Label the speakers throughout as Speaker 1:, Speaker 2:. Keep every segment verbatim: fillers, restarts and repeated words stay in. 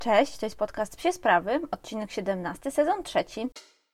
Speaker 1: Cześć, to jest podcast Psie Sprawy, odcinek siedemnasty, sezon trzeci.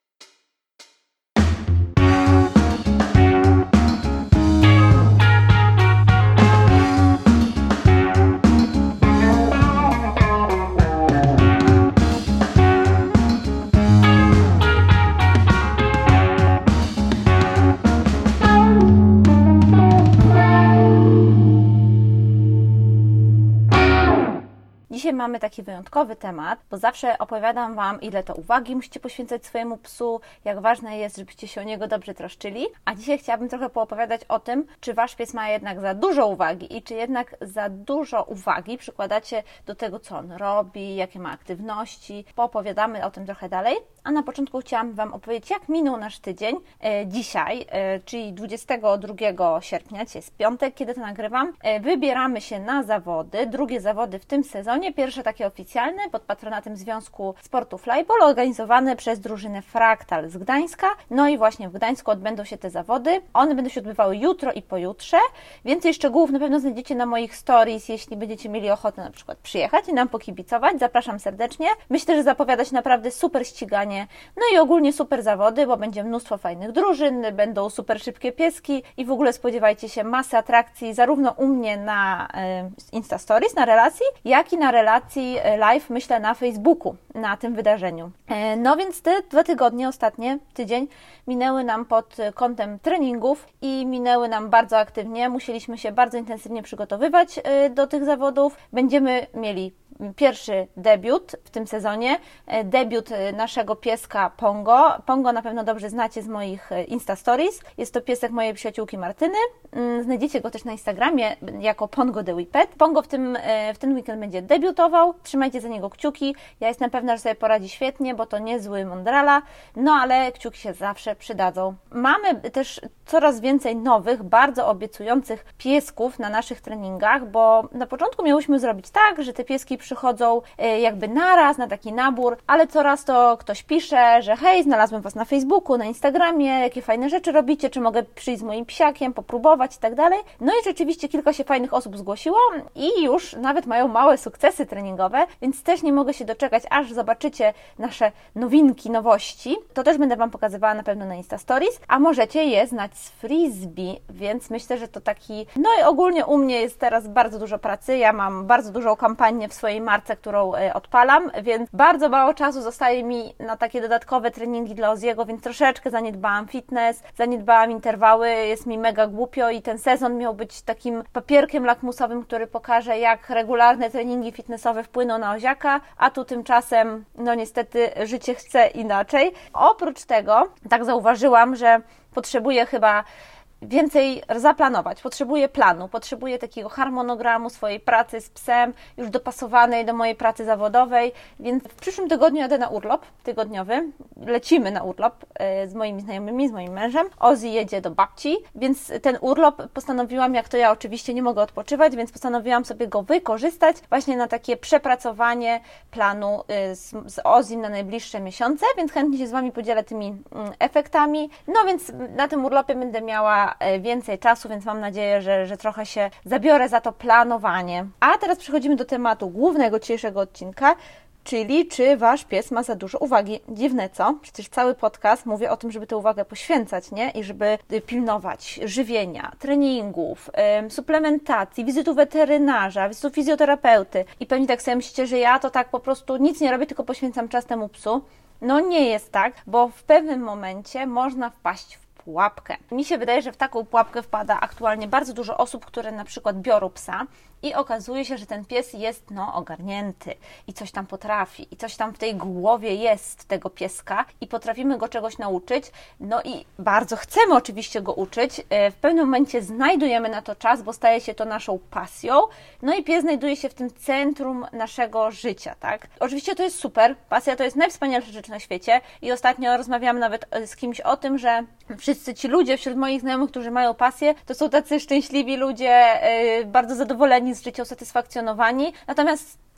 Speaker 1: Dzisiaj mamy taki wyjątkowy temat, bo zawsze opowiadam Wam, ile to uwagi musicie poświęcać swojemu psu, jak ważne jest, żebyście się o niego dobrze troszczyli. A dzisiaj chciałabym trochę poopowiadać o tym, czy Wasz pies ma jednak za dużo uwagi i czy jednak za dużo uwagi przykładacie do tego, co on robi, jakie ma aktywności. Poopowiadamy o tym trochę dalej. A na początku chciałam Wam opowiedzieć, jak minął nasz tydzień. E, dzisiaj, e, czyli dwudziestego drugiego sierpnia, dzisiaj jest piątek, kiedy to nagrywam, e, wybieramy się na zawody, drugie zawody w tym sezonie, pierwsze takie oficjalne pod patronatem Związku Sportu Flyball, organizowane przez drużynę Fraktal z Gdańska. No i właśnie w Gdańsku odbędą się te zawody. One będą się odbywały jutro i pojutrze. Więcej szczegółów na pewno znajdziecie na moich stories, jeśli będziecie mieli ochotę na przykład przyjechać i nam pokibicować. Zapraszam serdecznie. Myślę, że zapowiada się naprawdę super ściganie. No i ogólnie super zawody, bo będzie mnóstwo fajnych drużyn, będą super szybkie pieski i w ogóle spodziewajcie się masy atrakcji zarówno u mnie na Insta Stories, na relacji, jak i na relacji live, myślę, na Facebooku, na tym wydarzeniu. No więc te dwa tygodnie, ostatnie, tydzień minęły nam pod kątem treningów i minęły nam bardzo aktywnie. Musieliśmy się bardzo intensywnie przygotowywać do tych zawodów. Będziemy mieli pierwszy debiut w tym sezonie, debiut naszego pieska Pongo. Pongo na pewno dobrze znacie z moich Insta Stories. Jest to piesek mojej przyjaciółki Martyny. Znajdziecie go też na Instagramie jako Pongo the Whippet. Pongo w, tym, w ten weekend będzie debiutował. Trzymajcie za niego kciuki. Ja jestem pewna, że sobie poradzi świetnie, bo to niezły Mondrala, no ale kciuki się zawsze przydadzą. Mamy też coraz więcej nowych, bardzo obiecujących piesków na naszych treningach, bo na początku miałyśmy zrobić tak, że te pieski przychodzą jakby naraz, na taki nabór, ale coraz to ktoś pisze, że hej, znalazłem Was na Facebooku, na Instagramie, jakie fajne rzeczy robicie, czy mogę przyjść z moim psiakiem, popróbować i tak dalej. No i rzeczywiście kilka się fajnych osób zgłosiło i już nawet mają małe sukcesy treningowe, więc też nie mogę się doczekać, aż zobaczycie nasze nowinki, nowości. To też będę Wam pokazywała na pewno na Insta Stories, a możecie je znać z frisbee, więc myślę, że to taki... No i ogólnie u mnie jest teraz bardzo dużo pracy, ja mam bardzo dużą kampanię w swojej marce, którą odpalam, więc bardzo mało czasu zostaje mi na takie dodatkowe treningi dla Oziego, więc troszeczkę zaniedbałam fitness, zaniedbałam interwały, jest mi mega głupio i ten sezon miał być takim papierkiem lakmusowym, który pokaże, jak regularne treningi fitnessowe wpłyną na Oziaka, a tu tymczasem, no niestety, życie chce inaczej. Oprócz tego, tak zauważyłam, że potrzebuję chyba więcej zaplanować, potrzebuję planu, potrzebuję takiego harmonogramu swojej pracy z psem, już dopasowanej do mojej pracy zawodowej, więc w przyszłym tygodniu jadę na urlop tygodniowy, lecimy na urlop z moimi znajomymi, z moim mężem. Ozzy jedzie do babci, więc ten urlop postanowiłam, jak to ja oczywiście nie mogę odpoczywać, więc postanowiłam sobie go wykorzystać właśnie na takie przepracowanie planu z, z Ozzym na najbliższe miesiące, więc chętnie się z Wami podzielę tymi efektami. No więc na tym urlopie będę miała więcej czasu, więc mam nadzieję, że, że trochę się zabiorę za to planowanie. A teraz przechodzimy do tematu głównego dzisiejszego odcinka, czyli czy Wasz pies ma za dużo uwagi. Dziwne, co? Przecież cały podcast mówię o tym, żeby tę uwagę poświęcać, nie? I żeby pilnować żywienia, treningów, ym, suplementacji, wizytu weterynarza, wizytu fizjoterapeuty. I pewnie tak sobie myślicie, że ja to tak po prostu nic nie robię, tylko poświęcam czas temu psu. No nie jest tak, bo w pewnym momencie można wpaść w pułapkę. Mi się wydaje, że w taką pułapkę wpada aktualnie bardzo dużo osób, które na przykład biorą psa i okazuje się, że ten pies jest no ogarnięty i coś tam potrafi i coś tam w tej głowie jest tego pieska i potrafimy go czegoś nauczyć, no i bardzo chcemy oczywiście go uczyć. W pewnym momencie znajdujemy na to czas, bo staje się to naszą pasją, no i pies znajduje się w tym centrum naszego życia, tak? Oczywiście to jest super, pasja to jest najwspanialsza rzecz na świecie i ostatnio rozmawiałam nawet z kimś o tym, że wszyscy ci ludzie wśród moich znajomych, którzy mają pasję, to są tacy szczęśliwi ludzie, yy, bardzo zadowoleni z życia, usatysfakcjonowani, natomiast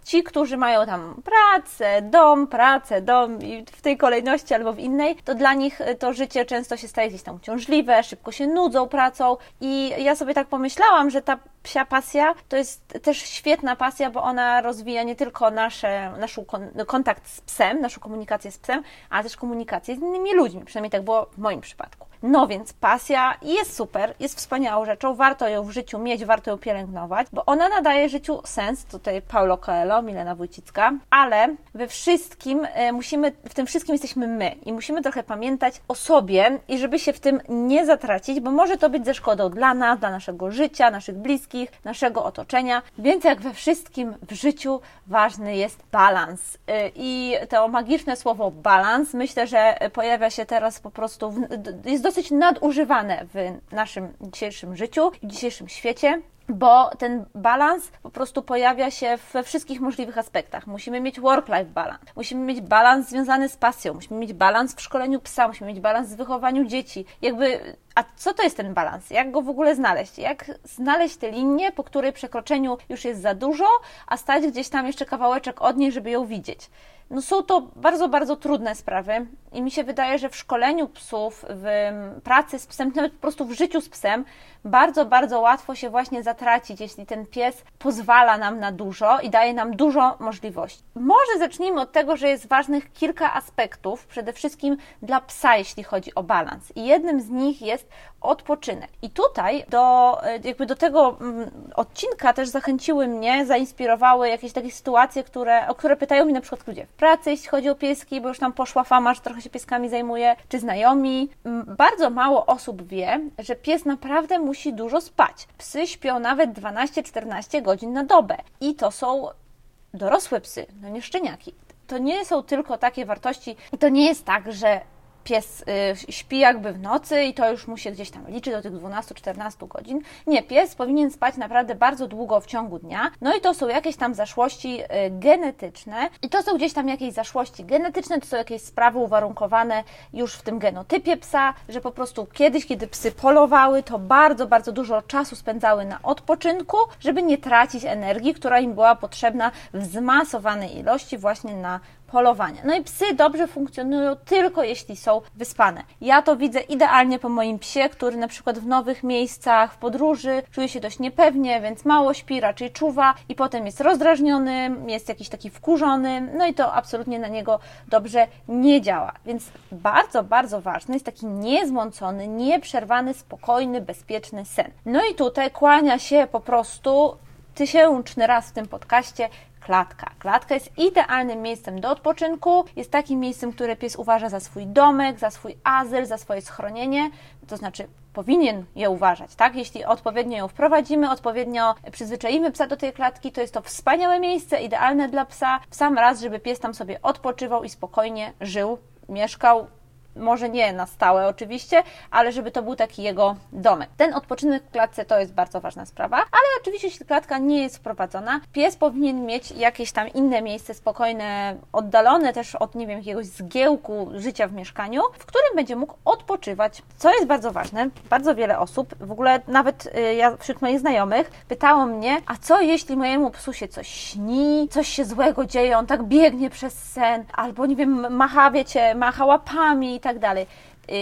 Speaker 1: Ci, którzy mają tam pracę, dom, pracę, dom i w tej kolejności albo w innej, to dla nich to życie często się staje gdzieś tam uciążliwe, szybko się nudzą pracą i ja sobie tak pomyślałam, że ta psia pasja to jest też świetna pasja, bo ona rozwija nie tylko nasze, nasz kontakt z psem, naszą komunikację z psem, ale też komunikację z innymi ludźmi, przynajmniej tak było w moim przypadku. No więc pasja jest super, jest wspaniałą rzeczą, warto ją w życiu mieć, warto ją pielęgnować, bo ona nadaje życiu sens, tutaj Paulo Coelho, Milena Wójcicka, ale we wszystkim musimy, w tym wszystkim jesteśmy my i musimy trochę pamiętać o sobie i żeby się w tym nie zatracić, bo może to być ze szkodą dla nas, dla naszego życia, naszych bliskich, naszego otoczenia, więc jak we wszystkim w życiu ważny jest balans i to magiczne słowo balans, myślę, że pojawia się teraz po prostu, w, jest dosyć nadużywane w naszym dzisiejszym życiu i w dzisiejszym świecie, bo ten balans po prostu pojawia się we wszystkich możliwych aspektach. Musimy mieć work-life balance, musimy mieć balans związany z pasją, musimy mieć balans w szkoleniu psa, musimy mieć balans w wychowaniu dzieci. Jakby, a co to jest ten balans? Jak go w ogóle znaleźć? Jak znaleźć tę linię, po której przekroczeniu już jest za dużo, a stać gdzieś tam jeszcze kawałeczek od niej, żeby ją widzieć? No są to bardzo, bardzo trudne sprawy i mi się wydaje, że w szkoleniu psów, w pracy z psem, nawet po prostu w życiu z psem bardzo, bardzo łatwo się właśnie zatracić, jeśli ten pies pozwala nam na dużo i daje nam dużo możliwości. Może zacznijmy od tego, że jest ważnych kilka aspektów, przede wszystkim dla psa, jeśli chodzi o balans. I jednym z nich jest odpoczynek. I tutaj do, jakby do tego odcinka też zachęciły mnie, zainspirowały jakieś takie sytuacje, które, o które pytają mnie na przykład ludzie w pracy, jeśli chodzi o pieski, bo już tam poszła fama, że trochę się pieskami zajmuje, czy znajomi. Bardzo mało osób wie, że pies naprawdę musi dużo spać. Psy śpią nawet dwanaście czternaście godzin na dobę. I to są dorosłe psy, no nie szczeniaki. To nie są tylko takie wartości, to nie jest tak, że pies y, śpi jakby w nocy i to już mu się gdzieś tam liczy do tych dwunastu czternastu godzin. Nie, pies powinien spać naprawdę bardzo długo w ciągu dnia. No i to są jakieś tam zaszłości y, genetyczne i to są gdzieś tam jakieś zaszłości genetyczne, to są jakieś sprawy uwarunkowane już w tym genotypie psa, że po prostu kiedyś, kiedy psy polowały, to bardzo, bardzo dużo czasu spędzały na odpoczynku, żeby nie tracić energii, która im była potrzebna w zmasowanej ilości właśnie na polowania. No i psy dobrze funkcjonują tylko jeśli są wyspane. Ja to widzę idealnie po moim psie, który na przykład w nowych miejscach, w podróży czuje się dość niepewnie, więc mało śpi, raczej czuwa i potem jest rozdrażniony, jest jakiś taki wkurzony, no i to absolutnie na niego dobrze nie działa. Więc bardzo, bardzo ważny jest taki niezmącony, nieprzerwany, spokojny, bezpieczny sen. No i tutaj kłania się po prostu tysięczny raz w tym podcaście klatka. Klatka jest idealnym miejscem do odpoczynku, jest takim miejscem, które pies uważa za swój domek, za swój azyl, za swoje schronienie, to znaczy powinien je uważać, tak? Jeśli odpowiednio ją wprowadzimy, odpowiednio przyzwyczaimy psa do tej klatki, to jest to wspaniałe miejsce, idealne dla psa, w sam raz, żeby pies tam sobie odpoczywał i spokojnie żył, mieszkał, może nie na stałe oczywiście, ale żeby to był taki jego domek. Ten odpoczynek w klatce to jest bardzo ważna sprawa, ale oczywiście jeśli klatka nie jest wprowadzona, pies powinien mieć jakieś tam inne miejsce spokojne, oddalone też od, nie wiem, jakiegoś zgiełku życia w mieszkaniu, w którym będzie mógł odpoczywać. Co jest bardzo ważne, bardzo wiele osób, w ogóle nawet y, ja wśród moich znajomych, pytało mnie, a co jeśli mojemu psu się coś śni, coś się złego dzieje, on tak biegnie przez sen, albo nie wiem, macha, wiecie, macha łapami i tak dalej.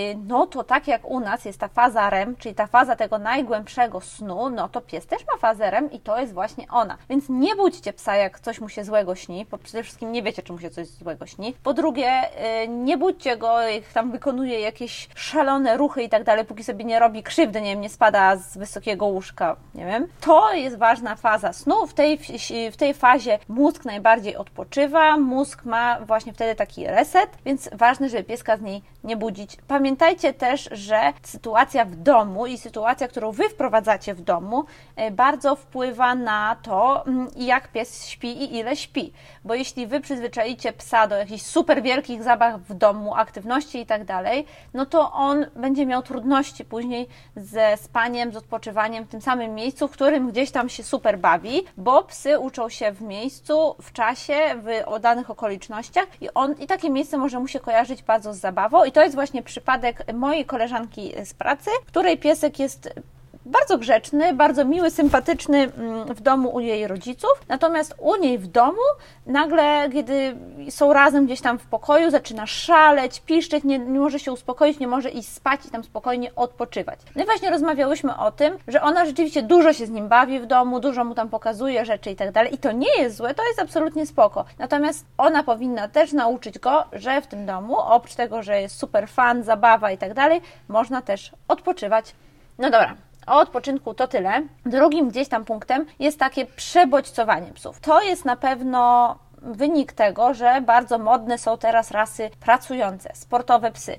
Speaker 1: No to tak jak u nas jest ta faza R E M, czyli ta faza tego najgłębszego snu, no to pies też ma fazę R E M i to jest właśnie ona. Więc nie budźcie psa, jak coś mu się złego śni, bo przede wszystkim nie wiecie, czy mu się coś złego śni. Po drugie, nie budźcie go, jak tam wykonuje jakieś szalone ruchy i tak dalej, póki sobie nie robi krzywdy, nie wiem, nie spada z wysokiego łóżka, nie wiem. To jest ważna faza snu. W tej, w tej fazie mózg najbardziej odpoczywa, mózg ma właśnie wtedy taki reset, więc ważne, żeby pieska z niej nie budzić. Pamiętajcie też, że sytuacja w domu i sytuacja, którą Wy wprowadzacie w domu, bardzo wpływa na to, jak pies śpi i ile śpi. Bo jeśli Wy przyzwyczaicie psa do jakichś super wielkich zabaw w domu, aktywności i tak dalej, no to on będzie miał trudności później ze spaniem, z odpoczywaniem w tym samym miejscu, w którym gdzieś tam się super bawi, bo psy uczą się w miejscu, w czasie, w danych okolicznościach i, on, i takie miejsce może mu się kojarzyć bardzo z zabawą i to jest właśnie przypadek mojej koleżanki z pracy, której piesek jest bardzo grzeczny, bardzo miły, sympatyczny w domu u jej rodziców, natomiast u niej w domu nagle, kiedy są razem gdzieś tam w pokoju, zaczyna szaleć, piszczeć, nie, nie może się uspokoić, nie może iść spać i tam spokojnie odpoczywać. No i właśnie rozmawiałyśmy o tym, że ona rzeczywiście dużo się z nim bawi w domu, dużo mu tam pokazuje rzeczy i tak dalej i to nie jest złe, to jest absolutnie spoko. Natomiast ona powinna też nauczyć go, że w tym domu, oprócz tego, że jest super fan, zabawa i tak dalej, można też odpoczywać. No dobra. O odpoczynku to tyle. Drugim gdzieś tam punktem jest takie przebodźcowanie psów. To jest na pewno wynik tego, że bardzo modne są teraz rasy pracujące, sportowe psy.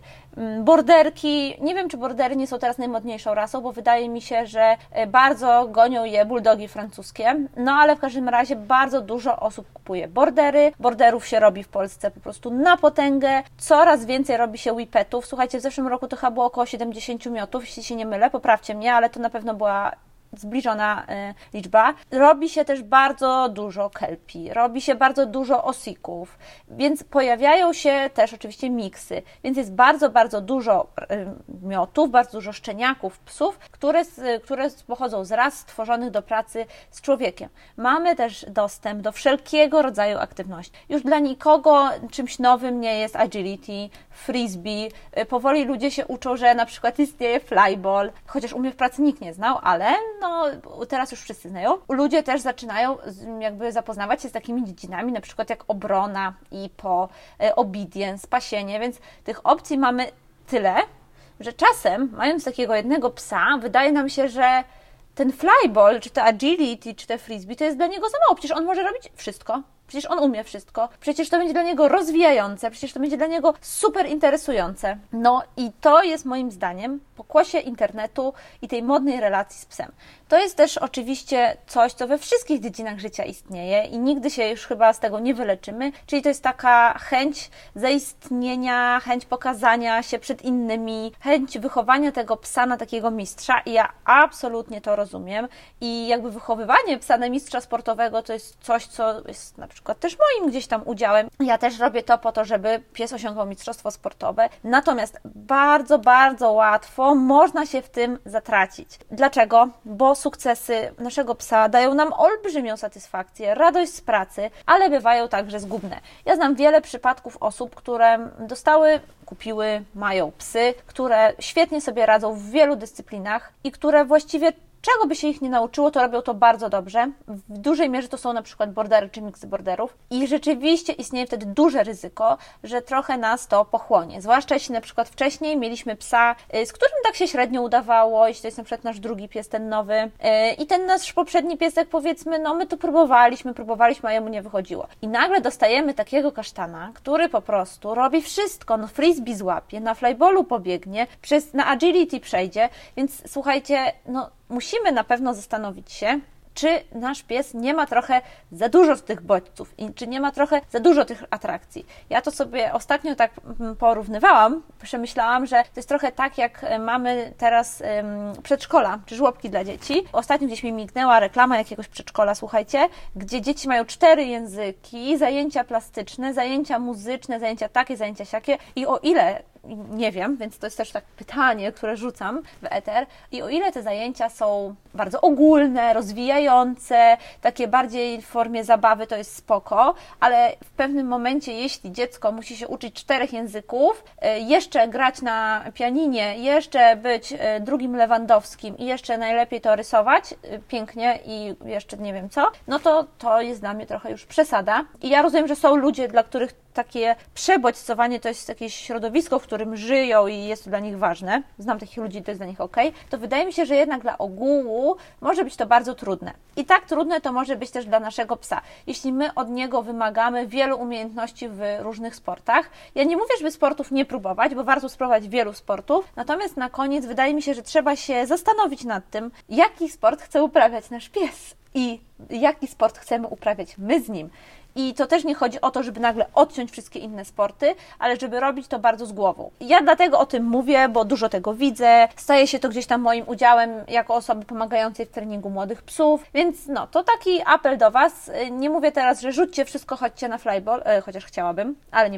Speaker 1: Borderki, nie wiem czy bordery nie są teraz najmodniejszą rasą, bo wydaje mi się, że bardzo gonią je bulldogi francuskie, no ale w każdym razie bardzo dużo osób kupuje bordery, borderów się robi w Polsce po prostu na potęgę, coraz więcej robi się whippetów. Słuchajcie, w zeszłym roku to chyba było około siedemdziesiąt miotów, jeśli się nie mylę, poprawcie mnie, ale to na pewno była zbliżona y, liczba. Robi się też bardzo dużo kelpi, robi się bardzo dużo osików, więc pojawiają się też oczywiście miksy, więc jest bardzo, bardzo dużo y, miotów, bardzo dużo szczeniaków, psów, które, y, które pochodzą z ras stworzonych do pracy z człowiekiem. Mamy też dostęp do wszelkiego rodzaju aktywności. Już dla nikogo czymś nowym nie jest agility, frisbee. Y, powoli ludzie się uczą, że na przykład istnieje flyball, chociaż u mnie w pracy nikt nie znał, ale no teraz już wszyscy znają. Ludzie też zaczynają jakby zapoznawać się z takimi dziedzinami, na przykład jak obrona, I P O, obedience, spasienie, więc tych opcji mamy tyle, że czasem, mając takiego jednego psa, wydaje nam się, że ten flyball, czy to agility, czy te frisbee, to jest dla niego za mało. Przecież on może robić wszystko. Przecież on umie wszystko. Przecież to będzie dla niego rozwijające. Przecież to będzie dla niego super interesujące. No i to jest moim zdaniem pokłosie internetu i tej modnej relacji z psem. To jest też oczywiście coś, co we wszystkich dziedzinach życia istnieje i nigdy się już chyba z tego nie wyleczymy, czyli to jest taka chęć zaistnienia, chęć pokazania się przed innymi, chęć wychowania tego psa na takiego mistrza i ja absolutnie to rozumiem i jakby wychowywanie psa na mistrza sportowego to jest coś, co jest na przykład też moim gdzieś tam udziałem. Ja też robię to po to, żeby pies osiągnął mistrzostwo sportowe, natomiast bardzo, bardzo łatwo można się w tym zatracić. Dlaczego? Bo sukcesy naszego psa dają nam olbrzymią satysfakcję, radość z pracy, ale bywają także zgubne. Ja znam wiele przypadków osób, które dostały, kupiły, mają psy, które świetnie sobie radzą w wielu dyscyplinach i które właściwie czego by się ich nie nauczyło, to robią to bardzo dobrze. W dużej mierze to są na przykład bordery czy miksy borderów i rzeczywiście istnieje wtedy duże ryzyko, że trochę nas to pochłonie. Zwłaszcza jeśli na przykład wcześniej mieliśmy psa, z którym tak się średnio udawało, jeśli to jest na przykład nasz drugi pies, ten nowy i ten nasz poprzedni piesek, powiedzmy, no my to próbowaliśmy, próbowaliśmy, a jemu nie wychodziło. I nagle dostajemy takiego kasztana, który po prostu robi wszystko, no frisbee złapie, na flyballu pobiegnie, przez, na agility przejdzie, więc słuchajcie, no musimy na pewno zastanowić się, czy nasz pies nie ma trochę za dużo z tych bodźców i czy nie ma trochę za dużo tych atrakcji. Ja to sobie ostatnio tak porównywałam, przemyślałam, że to jest trochę tak, jak mamy teraz um, przedszkola, czy żłobki dla dzieci. Ostatnio gdzieś mi mignęła reklama jakiegoś przedszkola, słuchajcie, gdzie dzieci mają cztery języki, zajęcia plastyczne, zajęcia muzyczne, zajęcia takie, zajęcia siakie i o ile nie wiem, więc to jest też tak pytanie, które rzucam w eter. I o ile te zajęcia są bardzo ogólne, rozwijające, takie bardziej w formie zabawy, to jest spoko, ale w pewnym momencie, jeśli dziecko musi się uczyć czterech języków, jeszcze grać na pianinie, jeszcze być drugim Lewandowskim i jeszcze najlepiej to rysować pięknie i jeszcze nie wiem co, no to to jest dla mnie trochę już przesada. I ja rozumiem, że są ludzie, dla których takie przebodźcowanie to jest jakieś środowisko, w którym żyją i jest to dla nich ważne. Znam takich ludzi, to jest dla nich ok. To wydaje mi się, że jednak dla ogółu może być to bardzo trudne. I tak trudne to może być też dla naszego psa. Jeśli my od niego wymagamy wielu umiejętności w różnych sportach. Ja nie mówię, żeby sportów nie próbować, bo warto spróbować wielu sportów. Natomiast na koniec wydaje mi się, że trzeba się zastanowić nad tym, jaki sport chce uprawiać nasz pies i jaki sport chcemy uprawiać my z nim. I to też nie chodzi o to, żeby nagle odciąć wszystkie inne sporty, ale żeby robić to bardzo z głową. Ja dlatego o tym mówię, bo dużo tego widzę, staje się to gdzieś tam moim udziałem jako osoby pomagającej w treningu młodych psów, więc no, to taki apel do Was. Nie mówię teraz, że rzućcie wszystko, chodźcie na flyball, chociaż chciałabym, ale nie powiem.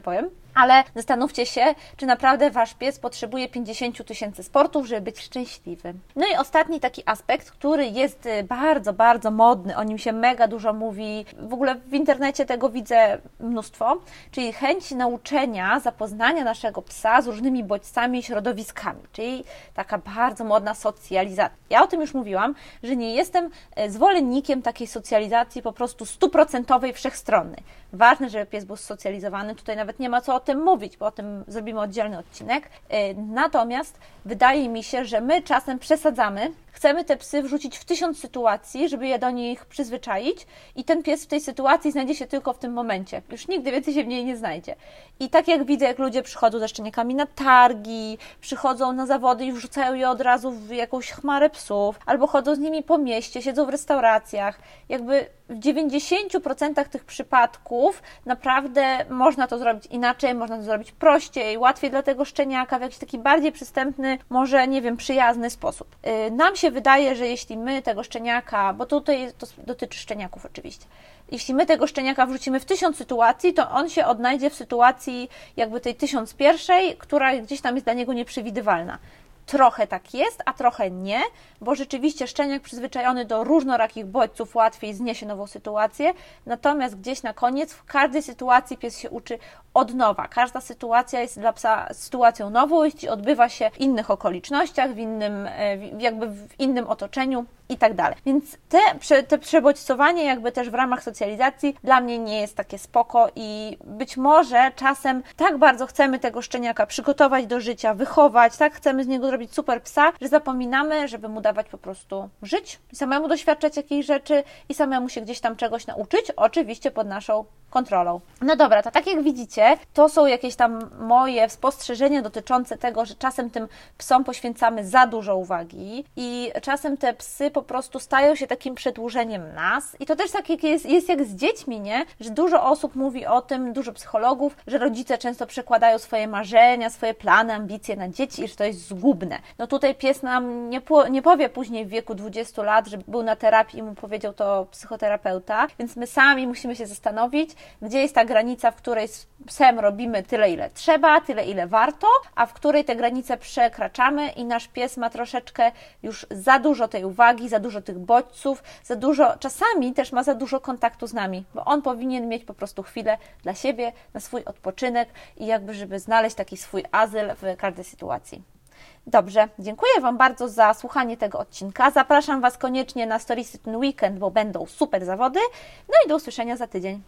Speaker 1: ale zastanówcie się, czy naprawdę Wasz pies potrzebuje pięćdziesiąt tysięcy sportów, żeby być szczęśliwy. No i ostatni taki aspekt, który jest bardzo, bardzo modny, o nim się mega dużo mówi, w ogóle w internecie tego widzę mnóstwo, czyli chęć nauczenia, zapoznania naszego psa z różnymi bodźcami i środowiskami, czyli taka bardzo modna socjalizacja. Ja o tym już mówiłam, że nie jestem zwolennikiem takiej socjalizacji po prostu stuprocentowej, wszechstronnej. Ważne, żeby pies był socjalizowany, tutaj nawet nie ma co o tym mówić, bo o tym zrobimy oddzielny odcinek. Natomiast wydaje mi się, że my czasem przesadzamy, chcemy te psy wrzucić w tysiąc sytuacji, żeby je do nich przyzwyczaić i ten pies w tej sytuacji znajdzie się tylko w tym momencie. Już nigdy więcej się w niej nie znajdzie. I tak jak widzę, jak ludzie przychodzą ze szczeniakami na targi, przychodzą na zawody i wrzucają je od razu w jakąś chmarę psów, albo chodzą z nimi po mieście, siedzą w restauracjach. Jakby w dziewięćdziesięciu procentach tych przypadków naprawdę można to zrobić inaczej, można to zrobić prościej, łatwiej dla tego szczeniaka, w jakiś taki bardziej przystępny, może, nie wiem, przyjazny sposób. Yy, nam się wydaje, że jeśli my tego szczeniaka, bo tutaj to dotyczy szczeniaków oczywiście, jeśli my tego szczeniaka wrzucimy w tysiąc sytuacji, to on się odnajdzie w sytuacji jakby tej tysiąc pierwszej, która gdzieś tam jest dla niego nieprzewidywalna. Trochę tak jest, a trochę nie, bo rzeczywiście szczeniak przyzwyczajony do różnorakich bodźców łatwiej zniesie nową sytuację, natomiast gdzieś na koniec w każdej sytuacji pies się uczy od nowa. Każda sytuacja jest dla psa sytuacją nową, jeśli odbywa się w innych okolicznościach, w innym, jakby w innym otoczeniu i tak dalej. Więc te, te przebodźcowanie jakby też w ramach socjalizacji dla mnie nie jest takie spoko i być może czasem tak bardzo chcemy tego szczeniaka przygotować do życia, wychować, tak chcemy z niego zrobić super psa, że zapominamy, żeby mu dawać po prostu żyć, samemu doświadczać jakichś rzeczy i samemu się gdzieś tam czegoś nauczyć, oczywiście pod naszą kontrolą. No dobra, to tak jak widzicie, to są jakieś tam moje spostrzeżenia dotyczące tego, że czasem tym psom poświęcamy za dużo uwagi i czasem te psy po prostu stają się takim przedłużeniem nas i to też tak jak jest, jest jak z dziećmi, nie? Że dużo osób mówi o tym, dużo psychologów, że rodzice często przekładają swoje marzenia, swoje plany, ambicje na dzieci i że to jest zgubne. No tutaj pies nam nie, po, nie powie później w wieku dwudziestu lat, że był na terapii i mu powiedział to psychoterapeuta, więc my sami musimy się zastanowić, gdzie jest ta granica, w której z psem robimy tyle, ile trzeba, tyle, ile warto, a w której te granice przekraczamy i nasz pies ma troszeczkę już za dużo tej uwagi, za dużo tych bodźców, za dużo, czasami też ma za dużo kontaktu z nami, bo on powinien mieć po prostu chwilę dla siebie, na swój odpoczynek i jakby, żeby znaleźć taki swój azyl w każdej sytuacji. Dobrze, dziękuję Wam bardzo za słuchanie tego odcinka. Zapraszam Was koniecznie na Storiesy ten weekend, bo będą super zawody. No i do usłyszenia za tydzień.